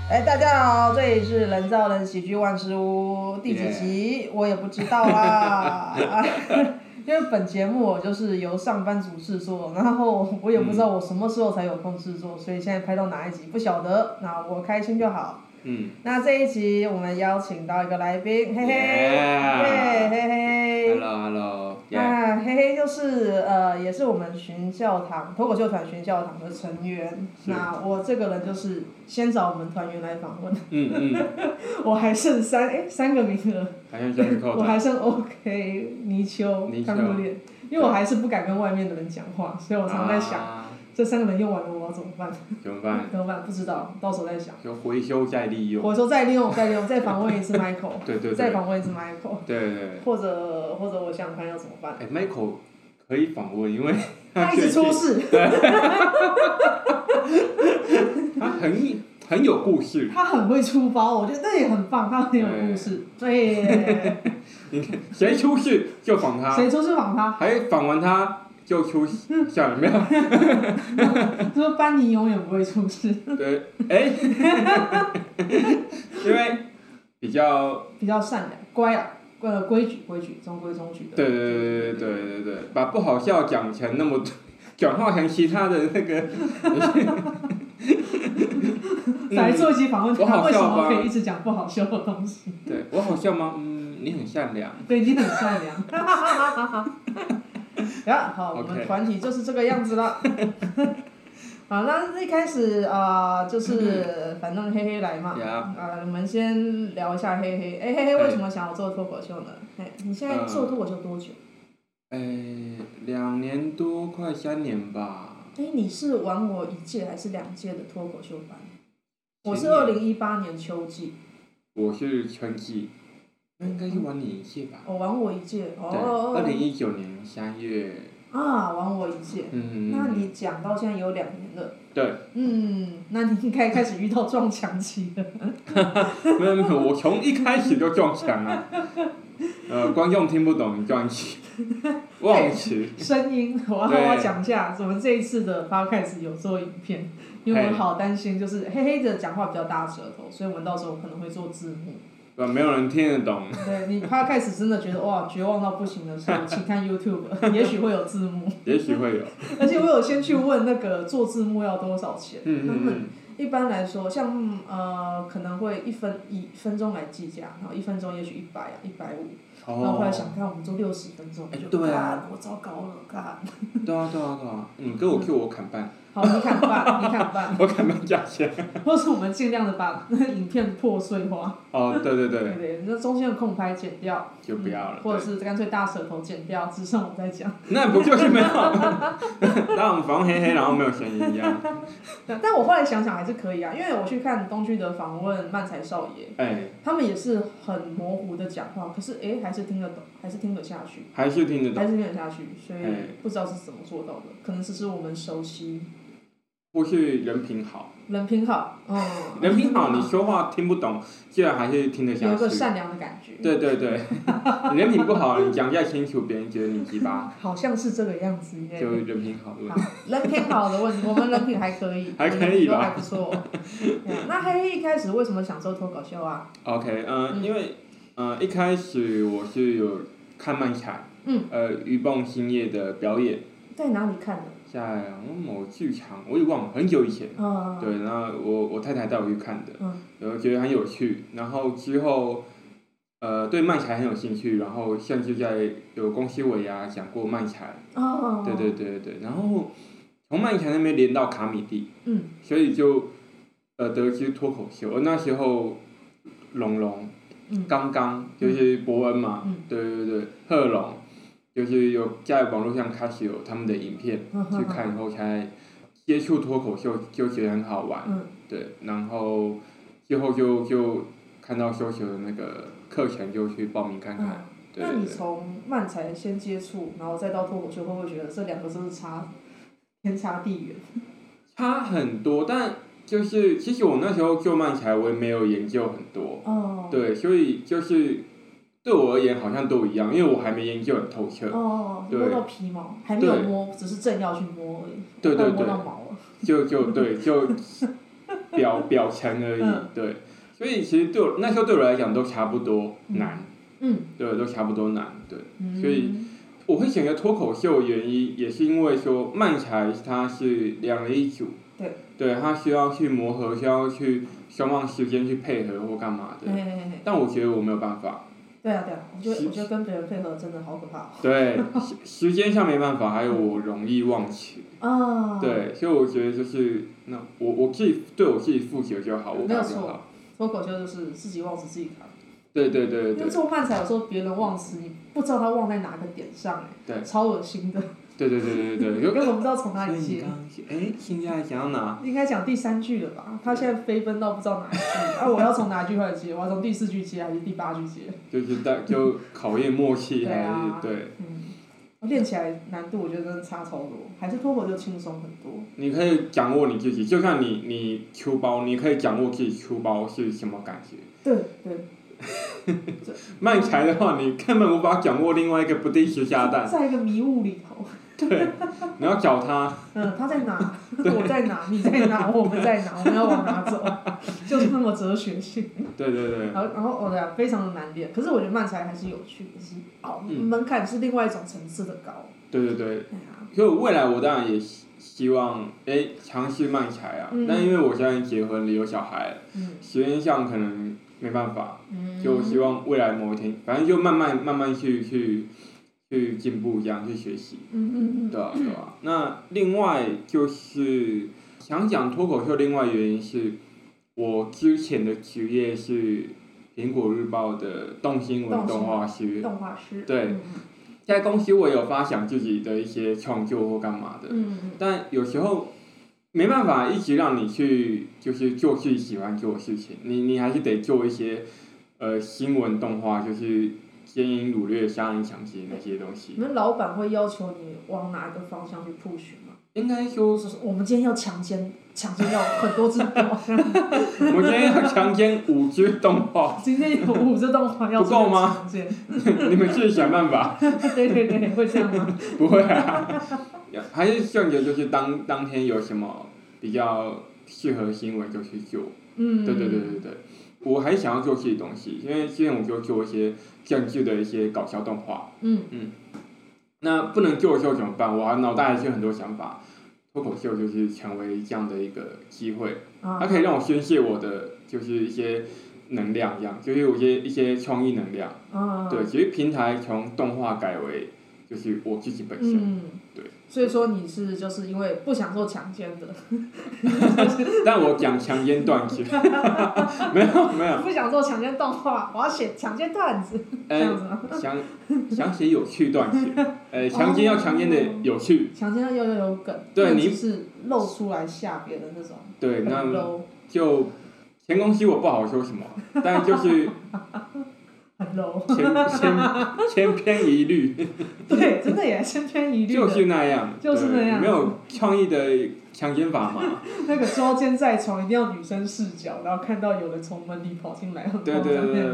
大家好，这里是人造人喜剧万事屋第几集我也不知道啦。因为本节目我就是由上班族制作，然后我也不知道我什么时候才有空制作，所以现在拍到哪一集不晓得，那我开心就好。那这一集我们邀请到一个来宾，嘿嘿，嘿嘿 ，Hello， 嘿嘿就是也是我们群教堂脱口秀团群教堂的成员。那我这个人就是先找我们团员来访问。我还剩三个名额，我还剩 OK 泥鳅看不练，因为我还是不敢跟外面的人讲话，所以我常在想。这3个人用完了，我要怎么办？ 怎么办？ 不知道，到时候再想。 就回收再利用。 再访问一次 Michael。 对。 再访问一次 Michael。 对。 或者我想想看要怎么办。 Michael 可以访问，因为他一直出事。 对。他很有故事。 他很会出包，我觉得那也很棒，他很有故事。对。 你看，谁出事就访他。 谁出事访他。 还访完他。就出笑了没有？ 说班尼永远不会出事。 对，因为比较善良，乖啊，规矩，中规中矩的。 对，把不好笑讲成那么，转化成其他的那个。 来做一期访问，他为什么可以一直讲不好笑的东西？ 对，我好笑吗？你很善良。 对，你很善良。好，我们团体就是这个样子了。好，那一开始就是反正黑黑来嘛，我们先聊一下黑黑。黑黑为什么想要做脱口秀呢？你现在做脱口秀多久 ？2年多，快3年吧。 你是玩我1届还是2届的脱口秀班？我是2018年秋季。 我是春季。那应该是玩你1届吧？ 玩我1届。 对，2019年3月。 玩我1届。那你讲到现在有2年了。 对。 那你应该开始遇到撞墙期了。 没有，我从一开始就撞墙了。观众听不懂你撞墙。忘词。声音，我要讲一下，我们这一次的 podcast 有做影片，因为我好担心，就是黑黑的讲话比较大舌头，所以我们到时候可能会做字幕。没有人听得懂。 对，你podcast真的觉得哇绝望到不行的时候，请看 YouTube， 也许会有字幕。 也许会有。 而且我有先去问那个做字幕要多少钱，他们一般来说，像可能会1分钟来计价，然后1分钟也许100啊150。然后后来想看我们做60分钟， 对啊， 我糟糕了，干。 对啊，你跟我 Q 我砍半。 好，你砍半。 我砍半价钱。 或是我们尽量的把那影片破碎化。 对， 那中间的空拍剪掉。 就不要了。 或者是干脆大舌头剪掉，只剩我在讲。 那不就是没有？让我们防黑黑，然后没有嫌疑一样。 但我后来想想还是可以啊，因为我去看东区的访问漫才少爷，他们也是很模糊的讲话，可是还是听得懂，还是听得下去。 还是听得下去，所以不知道是怎么做到的，可能只是我们熟悉。 或是人品好。 人品好， 人品好，你说话听不懂，居然还是听得下去。 有个善良的感觉。 对。你人品不好，你讲再清楚，别人觉得你鸡巴。 好像是这个样子。 就人品好的问题。 人品好的问题，我们人品还可以。 还可以吧。 还不错。那黑黑一开始为什么想做脱口秀啊 ？OK， 因为一开始我是有看漫才，鱼蹦兴业的表演。 在哪里看的？ 在某剧场，我也忘了，很久以前。对，然后我太太带我去看的，然后觉得很有趣，然后之后对漫才很有兴趣，然后甚至在有公司尾讲过漫才。对，然后从漫才那边连到卡米蒂，所以就得知脱口秀，而那时候龙刚刚就是伯恩嘛，对，贺龙。就是有在网络上开始有他们的影片去看以后才接触脱口秀，就觉得很好玩，对，然后之后就看到修的那个课程就去报名看看。 那你从漫才先接触，然后再到脱口秀，会不会觉得这2个真是天差地远？ 差很多，但就是其实我那时候做漫才，我也没有研究很多，对，所以就是。对我而言好像都一样，因为我还没研究很透彻。 摸到皮毛，还没有摸，只是正要去摸而已。 对。 摸到毛了。 就表层而已，对。所以其实那时候对我来讲都差不多难，对，都差不多难，对。所以我会选择脱口秀的原因，也是因为说漫才它是2人一组，对，它需要去磨合，需要去双方时间去配合或干嘛的，但我觉得我没有办法。 对啊，我觉得跟别人配合真的好可怕。 对，时间上没办法，还有我容易忘词。对，所以我觉得就是那我自己对我自己负责就好，我搞就好。 脱口秀就是自己忘词自己扛。 对。 因为做漫才有时候别人忘词，你不知道他忘在哪个点上，超恶心的。 对， 根本不知道从哪里接。 现在想要哪？ 应该讲第3句了吧？他现在飞奔到不知道哪一句，我要从哪一句开始接？我要从第4句接还是第8句接？ 就考验默契还是对。 练起来难度我觉得真的差超多，还是脱口秀轻松很多。 你可以掌握你自己，就像你出包，你可以掌握自己出包是什么感觉。 对。 漫才的话，你根本无法掌握另外一个不定时炸弹。 在一个迷雾里头。 对，你要找他。 他在哪？我在哪？你在哪？我们在哪？我们要往哪走？就是那么哲学性。 对。 然后对啊，非常的难练。可是我觉得漫才还是有趣的，是门槛是另外一种层次的高。 对。所以未来我当然也希望尝试漫才啊，但因为我现在结婚了，有小孩，时间上可能没办法，就希望未来某一天，反正就慢慢去进步，这样去学习，对吧？那另外就是想讲脱口秀，另外原因是我之前的职业是苹果日报的动新闻动画师，对，在公司我有发想自己的一些创作或干嘛的，但有时候没办法一直让你去就是做自己喜欢做的事情，你还是得做一些新闻动画，就是奸淫掳掠、杀人抢劫那些东西。 你们老板会要求你往哪个方向去 push 吗？ 应该说我们今天要强奸要很多只动画。 我们今天要强奸5只动画。 今天有5只动画要不够吗？你们自己想办法。 对，会这样吗？ 不会啊，还是选择就是当天有什么比较适合新闻就去做。对。我还想要做自己东西，因为之前我就做一些政治的一些搞笑动画。那不能做的时候怎么办？我脑袋还是有很多想法，脱口秀就是成为这样的一个机会，它可以让我宣泄我的就是一些能量，这样就是有一些创意能量。对，其实平台从动画改为就是我自己本身。对。 所以说你是就是因为不想做强奸的。 但我讲强奸段子。没有。 不想做强奸动画，我要写强奸段子。这样子吗？ 想写有趣段子。强奸要强奸的有趣。 强奸要有梗。 对，你是露出来吓别人那种。 对，那就前公司我不好说什么，但就是。 很 low。 千篇一律。 对，真的耶，千篇一律。 就是那样。没有创意的强奸法嘛。 那个抓奸在床一定要女生视角，然后看到有人从门里跑进来，很对。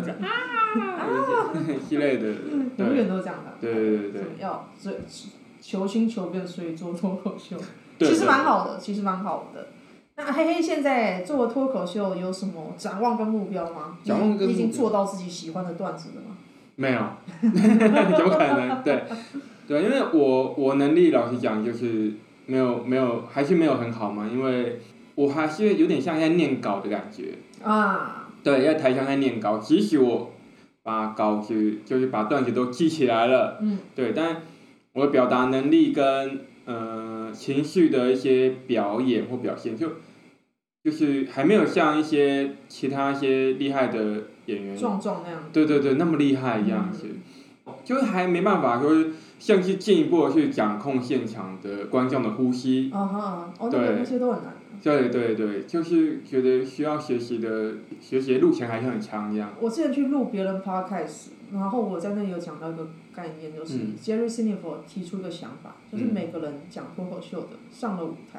之类的。 永远都这样的。 对。 要求新求变，所以做脱口秀，其实蛮好的。那黑黑现在做脱口秀有什么展望跟目标吗？你已经做到自己喜欢的段子了吗？ 没有。怎么可能？对，因为我能力老实讲就是没有还是没有很好嘛，因为我还是有点像在念稿的感觉。对，在台上在念稿，即使我把稿子就是把段子都记起来了，对，但我的表达能力跟情绪的一些表演或表现就是还没有像其他一些厉害的演员壮那样。 对，那么厉害一样子，就是还没办法说像是进一步的去掌控现场的观众的呼吸。 对，那些都很难。 对，就是觉得需要学习的路程还是很长这样。 我之前去录别人 podcast， 然后我在那里有讲到一个概念，就是Jerry Seinfeld 提出一个想法，就是每个人讲脱口秀的上了舞台，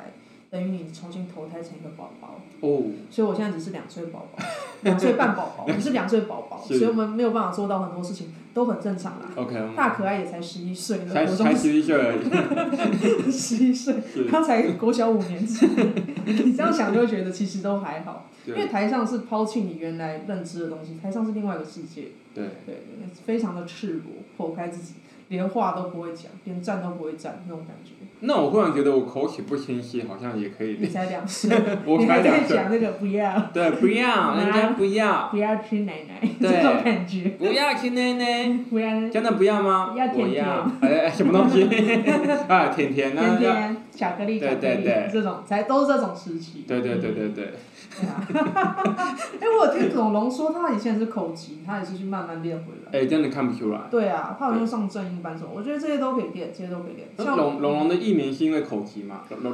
等于你重新投胎成一个宝宝。 哦。 所以我现在只是2岁宝宝，2岁半宝宝，你是2岁宝宝，所以我们没有办法做到很多事情，都很正常啦。 OK。 大可爱也才11岁了， 才11岁而已。 11岁，他才国小5年级。你这样想就会觉得其实都还好，因为台上是抛弃你原来认知的东西，台上是另外一个世界。 对。 非常的赤裸，剖开自己，连话都不会讲，连站都不会站那种感觉。 那我忽然觉得我口齿不清晰，好像也可以。 你才2岁， 我才2岁。 你还在讲那个不要。 对，不要，人家不要。 不要吃奶奶，这种感觉。 不要吃奶奶。 不要。 真的不要吗？ 不要甜甜。 什么东西？啊，甜甜啊。 甜甜，巧克力，巧克力，这种都是这种时期。 对。 对啊。我有听龙龙说他以前是口疾，他也是去慢慢练回来。 真的看不出来。 对啊，他好像上正音班什么，我觉得这些都可以练，这些都可以练。 像龙的艺名是因为口疾吗？龙，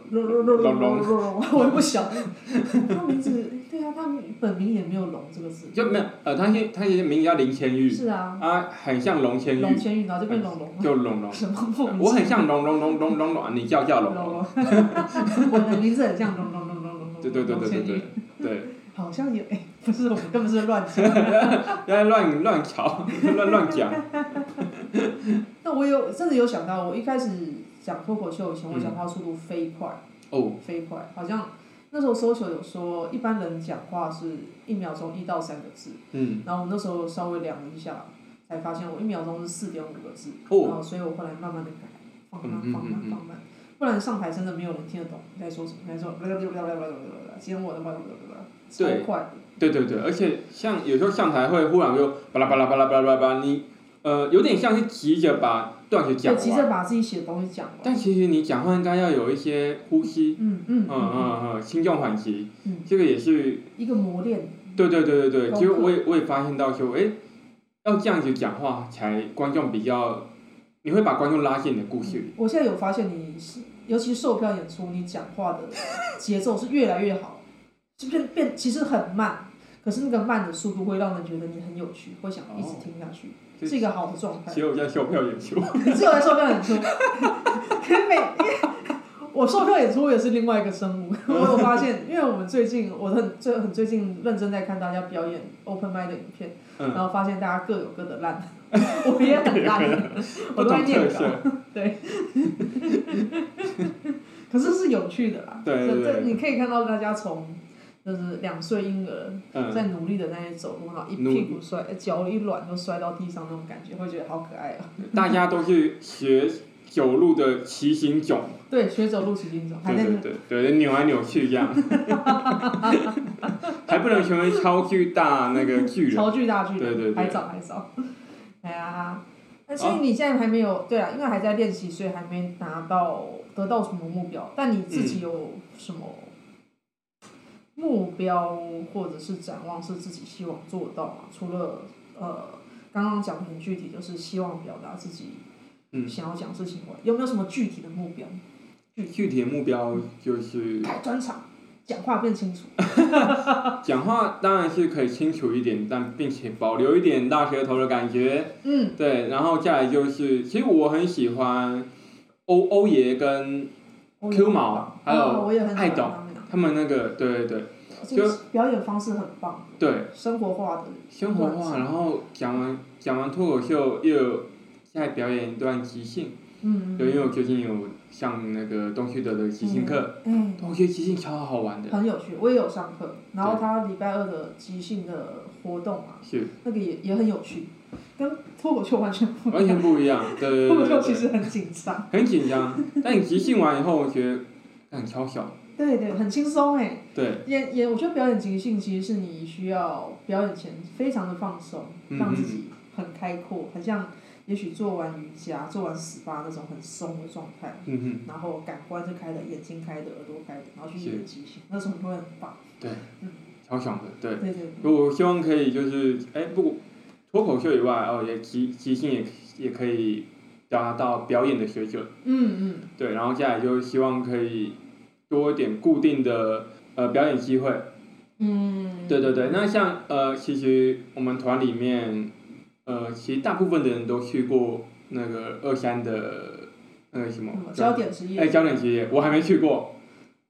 我也不晓得。他名字，对啊，他本名也没有龙这个字。 就没有，他其实名字叫林千玉。 是啊。 很像龙千玉。 龙千玉，然后就变龙龙。 就龙。 什么？ 我很像龙，你叫龙龙。 我的名字很像龙。 对。 好像有不是，我们根本是乱讲。 乱吵，乱讲。 那我真的有想到，我一开始讲脱口秀以前，我讲话速度飞快。飞快，好像那时候搜求有说，一般人讲话是1秒钟1到3个字。然后我那时候稍微量了一下，才发现我1秒钟是4.5个字。然后所以我后来慢慢的改，放慢。不然上台真的没有人听得懂你在说什么，你在说接我的话，超快。 对，而且像有时候上台会忽然就巴拉巴拉，你有点像是急着把段子讲完。 急着把自己写的东西讲完。 但其实你讲话应该要有一些呼吸。轻重缓急。这个也是一个磨练。 对，其实我也发现到说，要这样子讲话才观众比较，你会把观众拉进你的故事里。 我现在有发现尤其售票演出，你讲话的节奏是越来越好，其实很慢，可是那个慢的速度会让人觉得你很有趣，会想一直听下去，是一个好的状态。 只有在售票演出。 只有在售票演出。我售票演出也是另外一个生物。我有发现，因为我们最近最近认真在看大家表演 open mic 的影片，然后发现大家各有各的烂。我也很烂，我都在念稿。对。可是是有趣的啦。 对。 你可以看到大家从就是2岁婴儿在努力的那些走路，然后一屁股摔，脚一软就摔到地上那种感觉，会觉得好可爱啊。 大家都是学走路的骑行种。 对，学走路骑行种。 对，扭来扭去这样。还不能成为超巨大那个巨人。 超巨大巨人。 对。 还早。哎呀，所以你现在还没有，对啊，因为还在练习，所以还没得到什么目标。但你自己有什么目标或者是展望是自己希望做得到吗？除了刚刚讲的很具体，就是希望表达自己想要讲事情外，有没有什么具体的目标？ 具体的目标就是开专场，讲话变清楚。 讲话当然是可以清楚一点，但并且保留一点大舌头的感觉。对，然后再来就是，其实我很喜欢欧爷跟 Q 毛还有爱董他们那个，对。 就表演方式很棒。 对。 生活化， 然后讲完脱口秀又再表演一段即兴。对，因为我最近有上那个东旭德的即兴课，我觉得即兴超好玩的。很有趣， 我也有上课，然后他礼拜2的即兴的活动啊，那个也很有趣，跟脱口秀完全不一样。 对。 脱口秀其实很紧张。 很紧张，但你即兴完以后，我觉得很超小。 对，很轻松哎。 对。 我觉得表演即兴其实是你需要表演前非常的放松，让自己很开阔，很像。也许做完瑜伽、做完 SPA 那种很松的状态，然后感官是开的，眼睛开的，耳朵开的，然后去演即兴，那时候你会很棒。 对。超爽的，对。我希望可以就是不脱口秀以外也即兴也可以达到表演的水准。对，然后接下来就希望可以多一点固定的表演机会。对，那像其实我们团里面。其实大部分的人都去过那个23的那个什么焦点职业。 焦点职业，我还没去过。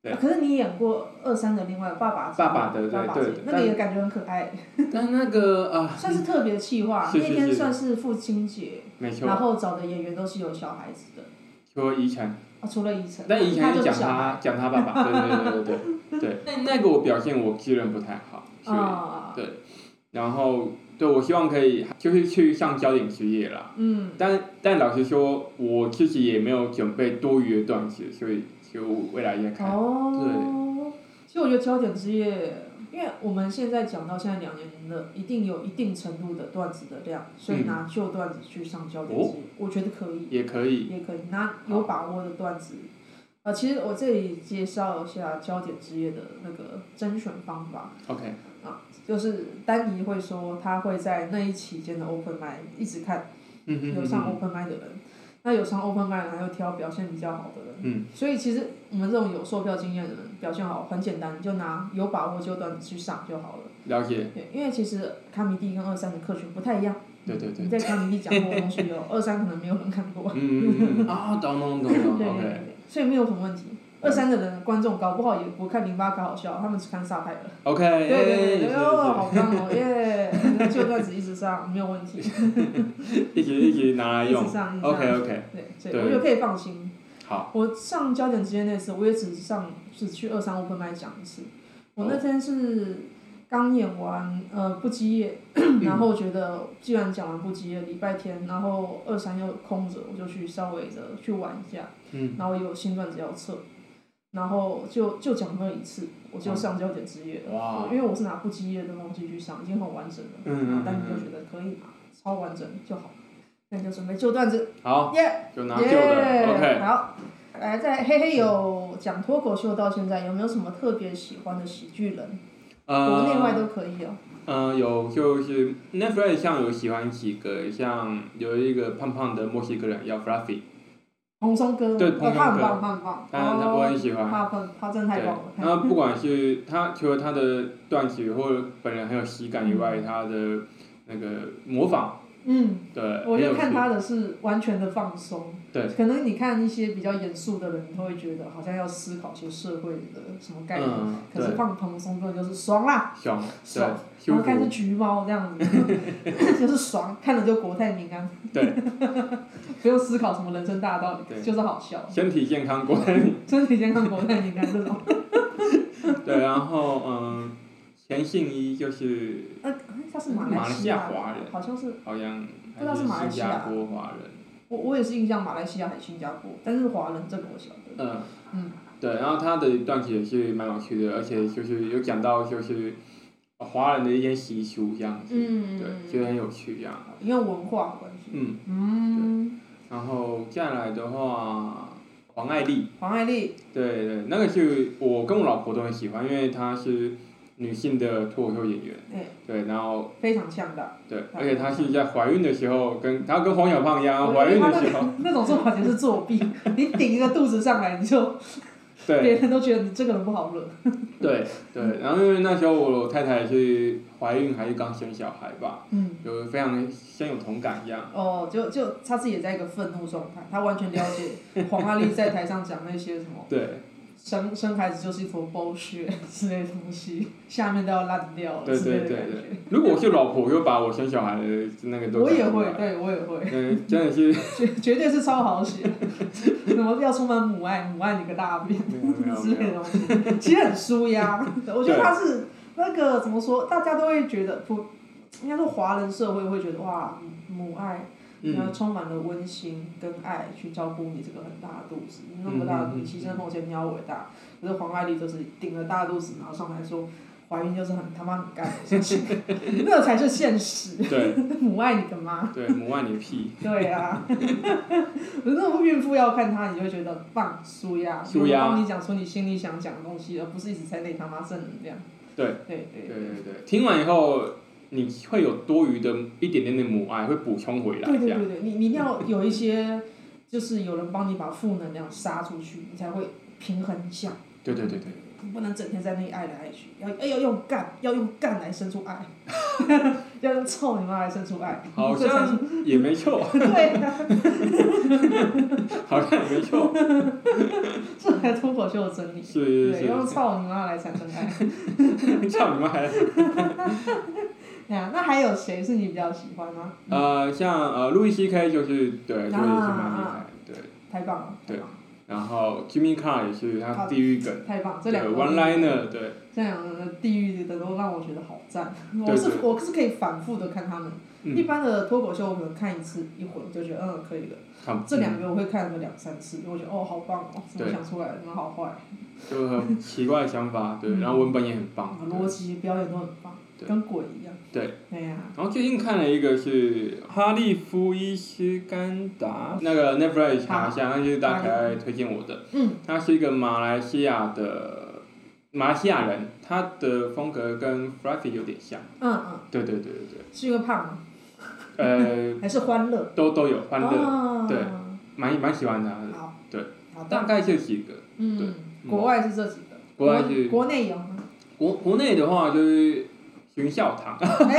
可是你演过23的另外爸爸的对， 那个也感觉很可爱。 但那个算是特别企划，那天算是父亲节， 没错。 然后找的演员都是有小孩子的。 除了宜晨。 除了宜晨。 但宜晨讲他爸爸，对。那个我表现我自认不太好，所以对，然后对我希望可以就是去上焦点之夜啦。但老实说，我自己也没有准备多余的段子，所以就未来再看。对。 其实我觉得焦点之夜，因为我们现在讲到现在2年了，一定有一定程度的段子的量，所以拿旧段子去上焦点之夜，我觉得可以。 也可以拿有把握的段子。其实我这里介绍一下焦点之夜的那个甄选方法。 OK。 就是丹妮会说，她会在那一期间的 open mic 一直看，有上 open mic 的人，那有上 open mic 的人还会挑表现比较好的人。所以其实我们这种有售票经验的人，表现好很简单，就拿有把握旧段子去上就好了。 了解。 对，因为其实卡米蒂跟23的客群不太一样。 对。 你在卡米蒂讲过的东西23可能没有人看过。 懂。 对，所以没有什么问题。23的人观众搞不好也不看08卡好笑，他们只看萨泰尔。 OK。 对，好棒耶！旧段子一直上没有问题。 一直拿来用。 一直上。 OK。 对，我觉得可以放心。 好。 我上焦点之夜那次，我也只去23 open mic 讲一次。我那天是刚演完不羁夜，然后觉得既然讲完不羁夜，礼拜天，然后23又空着，我就去稍微的去玩一下。然后有新段子要测。然后就讲那一次，我就上焦点之夜了。因为我是拿不羁夜的东西去上，已经很完整了。然后但你就觉得可以嘛，超完整就好。那就准备旧段子。 好。就拿旧的。OK。 好，来，在黑黑有讲脱口秀到现在，有没有什么特别喜欢的喜剧人？国内外都可以哦。 有就是 Netflix 上有喜欢几个，像有一个胖胖的墨西哥人叫 Fluffy。 蓬松哥。 对，蓬松哥。 他很棒。 我很喜欢。 他真的太棒了。 然后不管是他，除了他的段子或者本人很有喜感以外，他的那个模仿。对。 我就看他的是完全的放松。 对。 可能你看一些比较严肃的人，你会觉得好像要思考些社会的什么概念。可是放蓬松哥就是爽啦。爽。然后看是橘猫这样子，就是爽，看了就国泰民安。 对。 不用思考什么人生大道理，就是好笑。 身体健康国泰民。 身体健康国泰民安这种。 对，然后钱信一就是。 他是马来西亚华人。 好像是。 好像。 不知道是马来西亚。 新加坡华人。 我也是印象马来西亚还是新加坡，但是华人这个我晓得。 对，然后他的段子也是蛮有趣的，而且就是有讲到就是华人的一些习俗这样子。对，觉得很有趣这样。 因为文化关系。 对。然后再来的话，黄爱丽。对，那个是我跟我老婆都很喜欢，因为她是女性的脱口秀演员。对，然后。 非常强大。 对，而且她是在怀孕的时候，她跟黄小胖一样，怀孕的时候。 那种做法就是作弊，你顶一个肚子上来，你就。 对。 别人都觉得你这个人不好惹。 对，然后因为那时候我太太是怀孕还是刚生小孩吧。有非常深有同感一样。 就他自己也在一个愤怒状态，他完全了解黄阿丽在台上讲那些什么。 对。 生孩子就是一坨bullshit之类的东西，下面都要烂掉了之类的感觉。 对。如果我是老婆，我就把我生小孩的那个都。 我也会，对，我也会。 真的是。 绝对是超好写，什么要充满母爱你个大便之类的东西，其实很舒压。我觉得他是那个怎么说，大家都会觉得应该说华人社会会觉得哇，母爱。然后充满了温馨跟爱去照顾你这个很大的肚子，那么大的肚子牺牲奉献你好伟大。可是黄爱丽就是顶了大肚子，然后上来说怀孕就是他妈很干的事情，那才是现实。 对。 母爱你个妈。 对，母爱你个屁。 对啊。可是那种孕妇要看她，你就会觉得棒，舒压。帮你讲出你心里想讲的东西，而不是一直在内他妈正能量。对。 听完以后。你会有多余的一点点的母爱会补充回来。 对，你一定要有一些，就是有人帮你把负能量杀出去，你才会平衡一下。 对。 你不能整天在那里爱来爱去，要用干来生出爱。 用臭你妈来生出爱， 好像也没错。 对啊， 好像也没错。 这才脱口秀的真理。 是。 对，用操你妈来产生爱。 操你妈来。 对啊，那还有谁是你比较喜欢吗？ 像路易 CK 就是对，就也是蛮厉害，对。 太棒了。 对。然后 Jimmy Carr 也是他地狱梗。 太棒，这两个。 One Liner 对。 这两个地狱的都让我觉得好赞，我是可以反复的看他们。一般的脱口秀我可能看一次一回就觉得可以了。这两个我会看个2-3次，我觉得好棒哦，怎么想出来的，怎么好坏。 就很奇怪的想法，对，然后文本也很棒。 逻辑表演都很棒，跟鬼一样。 对。 对呀。 然后最近看了一个是哈利夫伊斯甘达，那个 Netflix 查一下，那就是大家推荐我的。他是一个马来西亚人，他的风格跟 Fluffy 有点像。对。 是因为胖吗？还是欢乐？ 都有欢乐，对，蛮喜欢他的。对。大概这几个。对。 国外是这几个。 国外是。 国内有吗？ 国内的话就是巡校堂。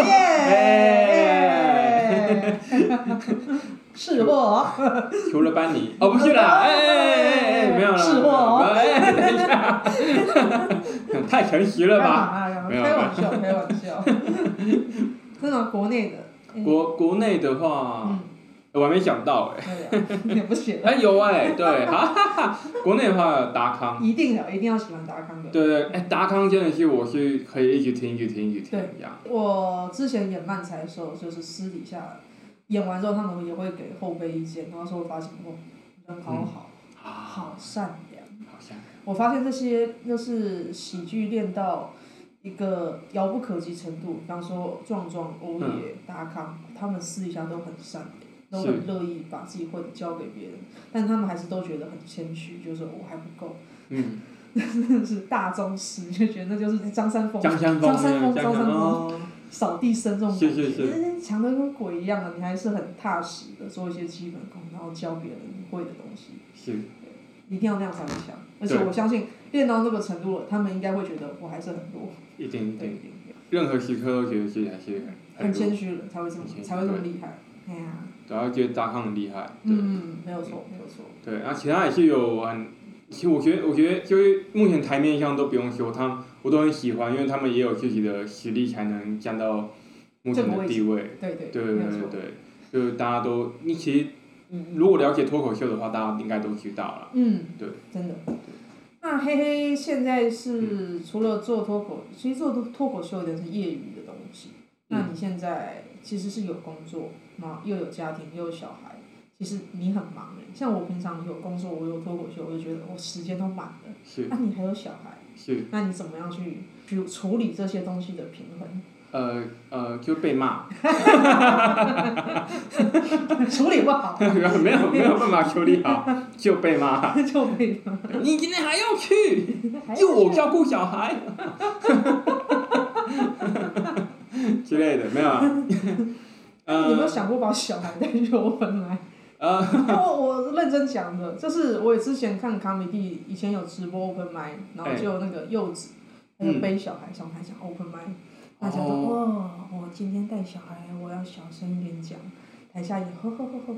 是货。 除了班尼，不是啦，没有啦。 是货。 等一下。太诚实了吧？ 开玩笑。真的国内的。 国内的话，我还没想到你不写。 有对，国内的话达康。 一定要喜欢达康的。 对，达康真的是我是可以一直听这样。 我之前演漫才的时候，就是私底下演完之后，他们也会给后辈意见，然后说发现人好善良。我发现这些就是喜剧练到一个遥不可及程度，比方说壮壮、欧爷、达康，他们私底下都很善良，都很乐意把自己会的交给别人，但他们还是都觉得很谦虚，就是说我还不够。真的是大宗师，就觉得那就是张三丰扫地僧这种感觉，强的跟鬼一样的，你还是很踏实的做一些基本功，然后教别人你会的东西。 是。 一定要那样才会强，而且我相信练到那个程度了，他们应该会觉得我还是很弱。 一定。任何时刻都觉得自己还是很谦虚了，才会这么厉害。 然后觉得达康很厉害。 没有错。 对，其他也是有其实我觉得就是目前台面上都不用说，我都很喜欢，因为他们也有自己的实力才能站到目前的地位。 对， 就是大家都其实。如果了解脱口秀的话，大家应该都知道了。对。 真的。那黑黑现在是除了做脱口，其实做脱口秀有点是业余的东西。那你现在其实是有工作，又有家庭，又有小孩，其实你很忙像我平常有工作，我有脱口秀，我就觉得我时间都满了。 是。 那你还有小孩。 是。 那你怎么样去处理这些东西的平衡？ 就被骂。 处理不好。 没有办法处理好，就被骂。你今天还要去？就我照顾小孩。之类的，没有啊。 你有没有想过把小孩带去open来？我认真讲的，就是我之前看comedy，以前有直播open mic，然后就有那个柚子，他就背小孩上台讲open mic。大家都我今天带小孩，我要小声一点讲，台下也呵。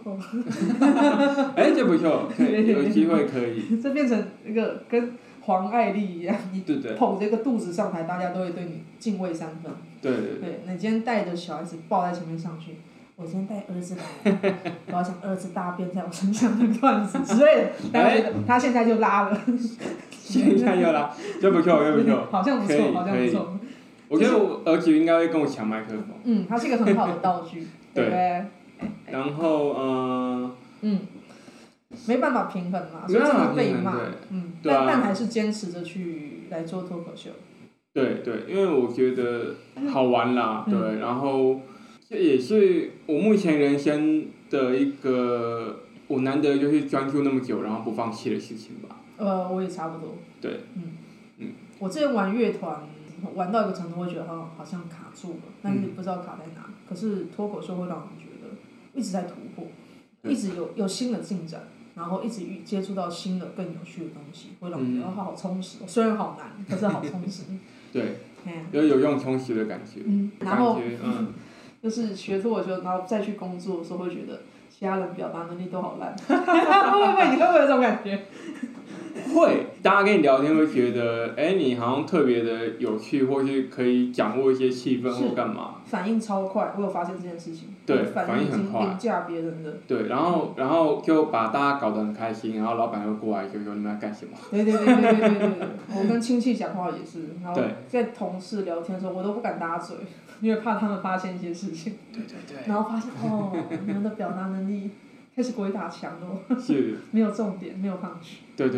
这不错，有机会可以。 这变成一个跟黄爱丽一样，你捧着一个肚子上台，大家都会对你敬畏3分。 对。 你今天带着小孩子抱在前面上去，我今天带儿子来，我要讲儿子大便在我身上的段子之类的，大家觉得他现在就拉了。 现在就拉，就不错。 好像不错。 我觉得我儿子应该会跟我抢麦克风。 它是一个很好的道具，对不对？ 然后没办法平衡嘛，所以真的被骂。但还是坚持着来做脱口秀。 对，因为我觉得好玩啦，对，然后这也是我目前人生的一个我难得就是专注那么久，然后不放弃的事情吧。 我也差不多。 对。 我之前玩乐团。玩到一个程度会觉得好像卡住了，但是不知道卡在哪。可是脱口秀会让你觉得一直在突破，一直有新的进展，然后一直接触到新的更有趣的东西，会让你觉得好充实。虽然好难，可是好充实。 对。 有用充实的感觉。 然后就是学脱口秀，然后再去工作的时候，会觉得其他人表达能力都好烂。你会不会有这种感觉？ 会，大家跟你聊天会觉得，你好像特别的有趣，或是可以掌握一些气氛或干嘛。 反应超快，我有发现这件事情。 对， 反应很快。 凌驾别人的。 对，然后就把大家搞得很开心，然后老板会过来就说你们在干什么？ 对，我跟亲戚讲话也是，然后在同事聊天的时候，我都不敢搭嘴，因为怕他们发现一些事情。 对。 然后发现你们的表达能力开始鬼打墙了。 是。 没有重点，没有punch。 对。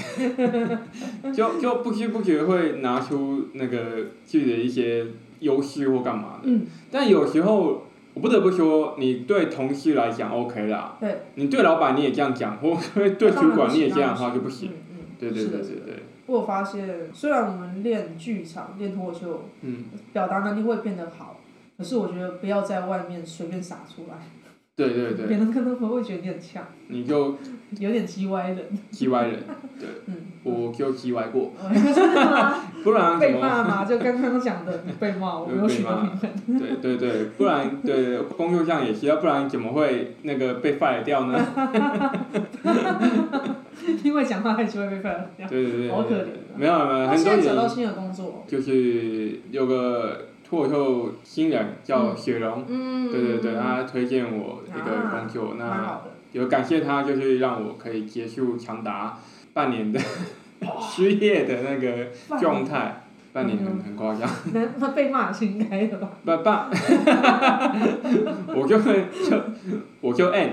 就不知不觉会拿出那个自己的一些优势或干嘛的。但有时候我不得不说，你对同事来讲 OK 啦。 对。 你对老板你也这样讲，或对主管你也这样的话就不行。对。 我有发现，虽然我们练剧场、练脱口秀，表达能力会变得好，可是我觉得不要在外面随便撒出来。 对。 别人可能会觉得你很呛。 你就有点叽歪人。 叽歪人，对。我就叽歪过。 真的吗？ 不然被骂嘛，就刚刚讲的，你被骂，我没有取得平衡。 对，不然工作上也是，要不然怎么会那个被 fire 掉呢？ 因为讲话害羞会被 fire 掉。 对。 好可怜。 没有，很多人。 现在找到新的工作。 就是有个脱口秀新人叫雪蓉，对，他推荐我一个工作，那有感谢他，就是让我可以结束长达半年的失业的那个状态。半年很夸张。 那被骂是应该的吧？ 我就 end，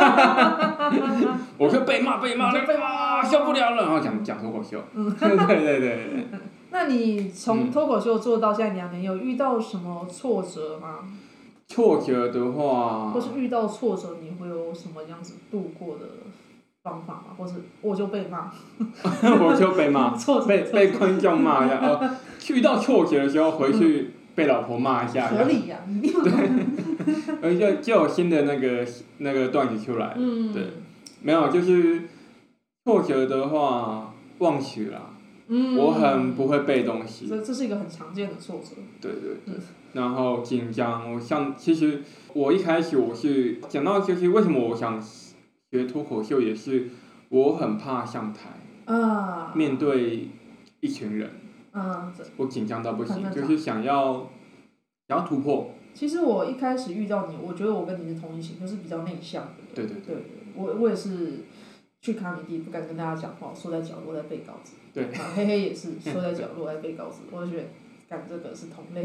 我就被骂，受不了了，然后讲脱口秀。对。 那你从脱口秀做到现在2年，有遇到什么挫折吗？ 挫折的话。 或是遇到挫折，你会有什么样子度过的方法吗？或是我就被骂。 我就被骂。被观众骂一下遇到挫折的时候回去被老婆骂一下。 合理呀。 对。就有新的那个段子出来。对。没有，就是挫折的话忘词啦。我很不会背东西。 这是一个很常见的挫折。 对。然后紧张，其实我一开始我是讲到就是为什么我想学脱口秀，也是我很怕上台。面对一群人。我紧张到不行，就是想要突破。 其实我一开始遇到你，我觉得我跟你是同一型，就是比较内向的人。对。我也是去卡米蒂不敢跟大家讲话，缩在角落在背稿子。 对。 黑黑也是缩在角落在背稿子，我就觉得干这个是同类。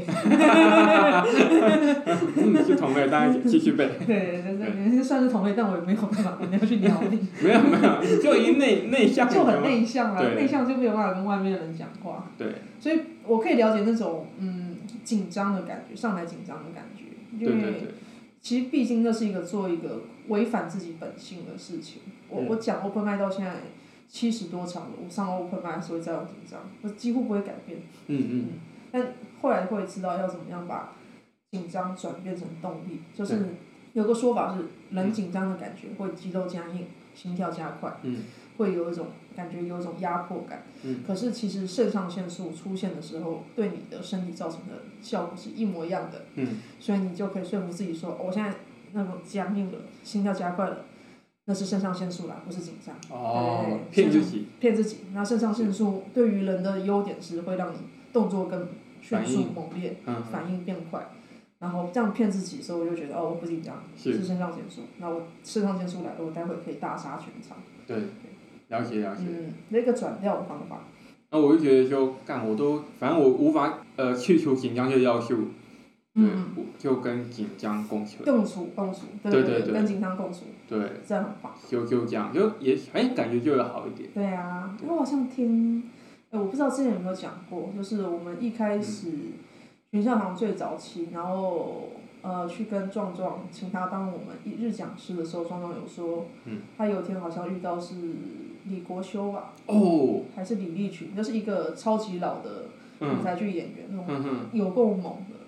是同类，大家继续背。 对，算是同类，但我也没有办法，我要去鸟你。 没有，就已经内向了。 就很内向了，内向就没有办法跟外面的人讲话。 对。 所以我可以了解那种紧张的感觉，上台紧张的感觉，因为其实毕竟那是做一个违反自己本性的事情。我讲 open mic 到现在70多场了，我上 open mic 还是会这样紧张，我几乎不会改变。但后来会知道要怎么样把紧张转变成动力，就是有个说法是，人紧张的感觉会肌肉僵硬，心跳加快，会有一种感觉，有一种压迫感。可是其实肾上腺素出现的时候，对你的身体造成的效果是一模一样的。所以你就可以说服自己说，我现在那种僵硬了，心跳加快了，那是肾上腺素啦，不是紧张。 骗自己。 那肾上腺素对于人的优点是会让你动作更迅速猛烈，反应变快。然后这样骗自己的时候，我就觉得我不紧张，是肾上腺素。那我肾上腺素来了，我待会可以大杀全场。 对，了解。 那个转调的方法。 那我就觉得反正我无法去除紧张这个要素。就跟紧张共处。对， 跟紧张共处。 对。 这样很棒。 就这样，也感觉就会好一点。 对啊，我好像听，我不知道之前有没有讲过，就是我们一开始学校堂最早期，然后去跟壮壮请他当我们1日讲师的时候，壮壮有说，他有一天好像遇到是李国修吧，还是李立群，就是一个超级老的舞台剧演员，那种有够猛的。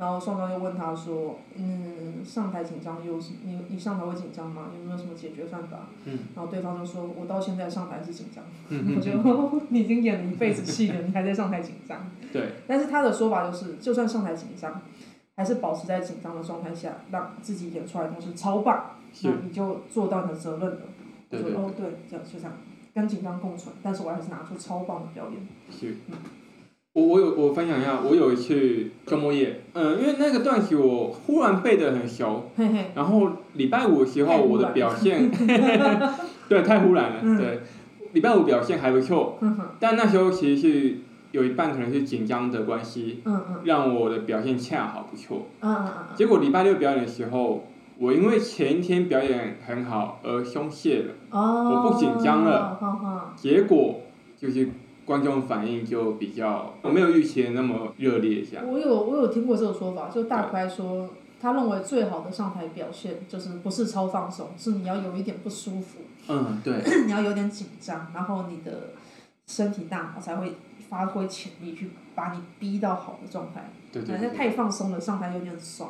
然后宋刚又问他说，上台紧张你上台会紧张吗？有没有什么解决办法？然后对方就说，我到现在上台是紧张。我就你已经演了一辈子戏了，你还在上台紧张。 对。 但是他的说法就是，就算上台紧张，还是保持在紧张的状态下，让自己演出来的东西超棒，那你就做到你的责任了。我说哦对，这样就这样，跟紧张共存，但是我还是拿出超棒的表演。 是。我分享一下，我有一次周末夜，因为那个段曲我忽然背得很熟，然后礼拜五的时候我的表现，对，太忽然了，对，礼拜五表现还不错，但那时候其实是有一半可能是紧张的关系，让我的表现恰好不错，结果礼拜六表演的时候，我因为前一天表演很好而松懈了，我不紧张了，结果就是。观众反应就比较，我没有预期的那么热烈这样。 我有听过这个说法，就大概说，他认为最好的上台表现就是不是超放松，是你要有一点不舒服。 对。 你要有点紧张，然后你的身体大脑才会发挥潜力去把你逼到好的状态。 对。 那太放松了，上台有点耍。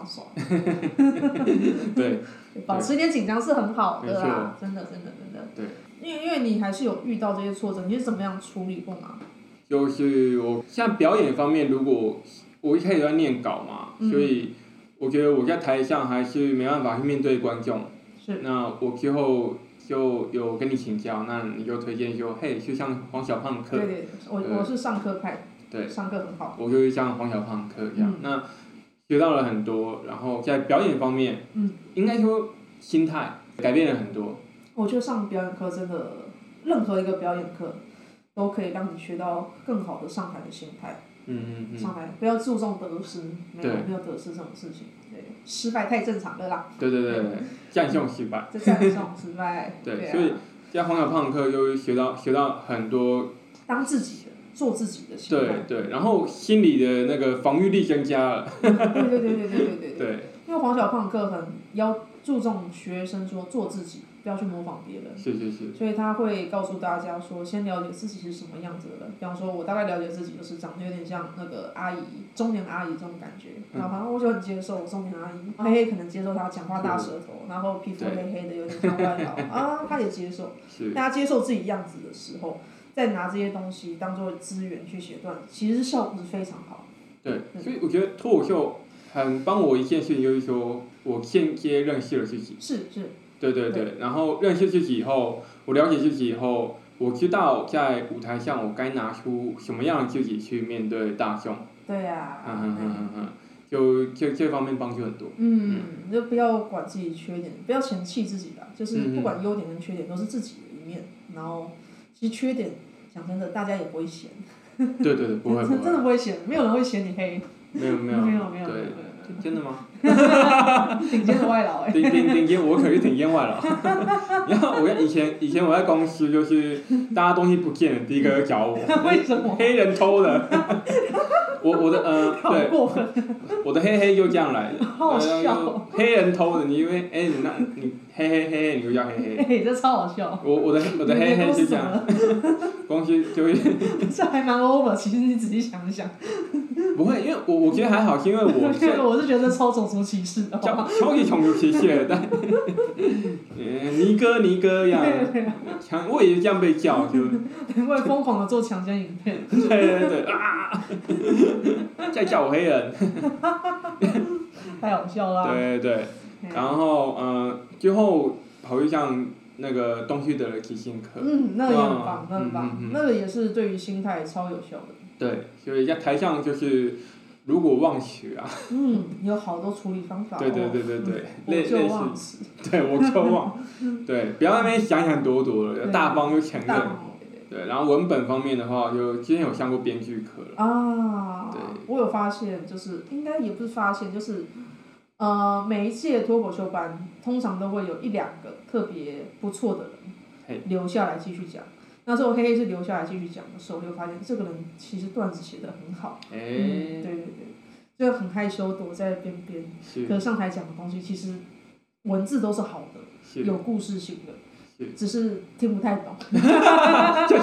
对。 保持一点紧张是很好的啦，真的。 对。 因为你还是有遇到这些挫折，你是怎么样处理过吗？ 就是我像表演方面，如果我一开始在念稿嘛，所以我觉得我在台上还是没办法去面对观众。 是。 那我之后就有跟你请教，那你就推荐说，嘿，去上黄小胖的课。 对，我是上课派。 对。 上课很好。 我就去上黄小胖的课这样，那学到了很多，然后在表演方面，应该说心态改变了很多。 我觉得上表演课真的，任何一个表演课，都可以让你学到更好的上台的心态。上台不要注重得失，没有得失这种事情，对，失败太正常了啦。 对，战胜失败。 战胜失败。 对，所以在黄小胖课就会学到很多。 当自己的，做自己的心态。 对，然后心理的那个防御力增加了。对。 因为黄小胖课很注重学生说做自己。不要去模仿别人。 是。 所以他会告诉大家说，先了解自己是什么样子的人。比方说，我大概了解自己就是长得有点像那个阿姨，中年阿姨这种感觉。然后反正我就很接受中年阿姨，黑可能接受她讲话大舌头，然后皮肤黑黑的有点像外劳他也接受。大家接受自己样子的时候，再拿这些东西当做资源去写段子，其实效果是非常好。 对，所以我觉得脱口秀很帮我一件事情，就是说我间接认识了自己。 是。 对，然后认识自己以后，我了解自己以后，我知道在舞台上我该拿出什么样的自己去面对大众。 对呀。 就这方面帮助很多。 就不要管自己缺点，不要嫌弃自己啦，就是不管优点跟缺点都是自己的一面，然后其实缺点讲真的大家也不会嫌。 对，不会。 真的不会嫌，没有人会嫌你黑。 没有。 对。 真的吗？ 顶尖的外劳顶尖，我可是顶尖外劳。然后以前我在公司就是大家东西不见了，第一个要找我。 为什么？ 黑人偷的。我的对。我的黑就这样来的。 好笑。 黑人偷的，你以为你黑，你就叫黑。 这超好笑。 我的黑是这样。公司就会。 这还蛮 over， 其实你仔细想一想。 不会，因为我觉得还好，是因为我是觉得超种族歧视的。 超级种族歧视的，但尼哥呀，我也是这样被叫，就。 我也疯狂的做强奸影片。 对啊！再叫我黑人。 太好笑了。 对，然后最后跑去上那个东区的即兴课。 那个也很棒，那个也是对于心态超有效的。对， 所以在台上就是如果忘词啊。 有好多处理方法。 对， 我就忘词。 对，我就忘。对，不要在那边想多了，大方就承认。对，然后文本方面的话，就之前有上过编剧课了。对。 我有发现，就是应该也不是发现，就是每一届脱口秀班通常都会有1-2个特别不错的人留下来继续讲。那时候黑是留下来继续讲的时候，就发现这个人其实段子写得很好。对，就很害羞躲在边边，可是上台讲的东西其实文字都是好的，有故事性的，只是听不太懂。 这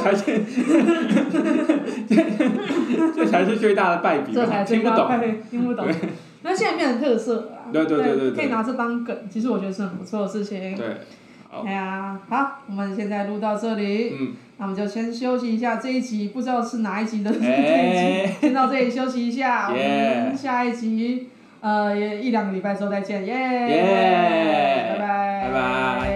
才是最大的败笔。 这才最大的败笔，听不懂。 那现在变成特色了啦。 对， 可以拿这当梗，其实我觉得是很不错的事情。 对，好。 哎呀，好，我们现在录到这里，那我们就先休息一下。这一集不知道是哪一集的这一集，先到这里休息一下。我们下一集，也1-2个礼拜之后再见，耶！拜拜。 拜拜。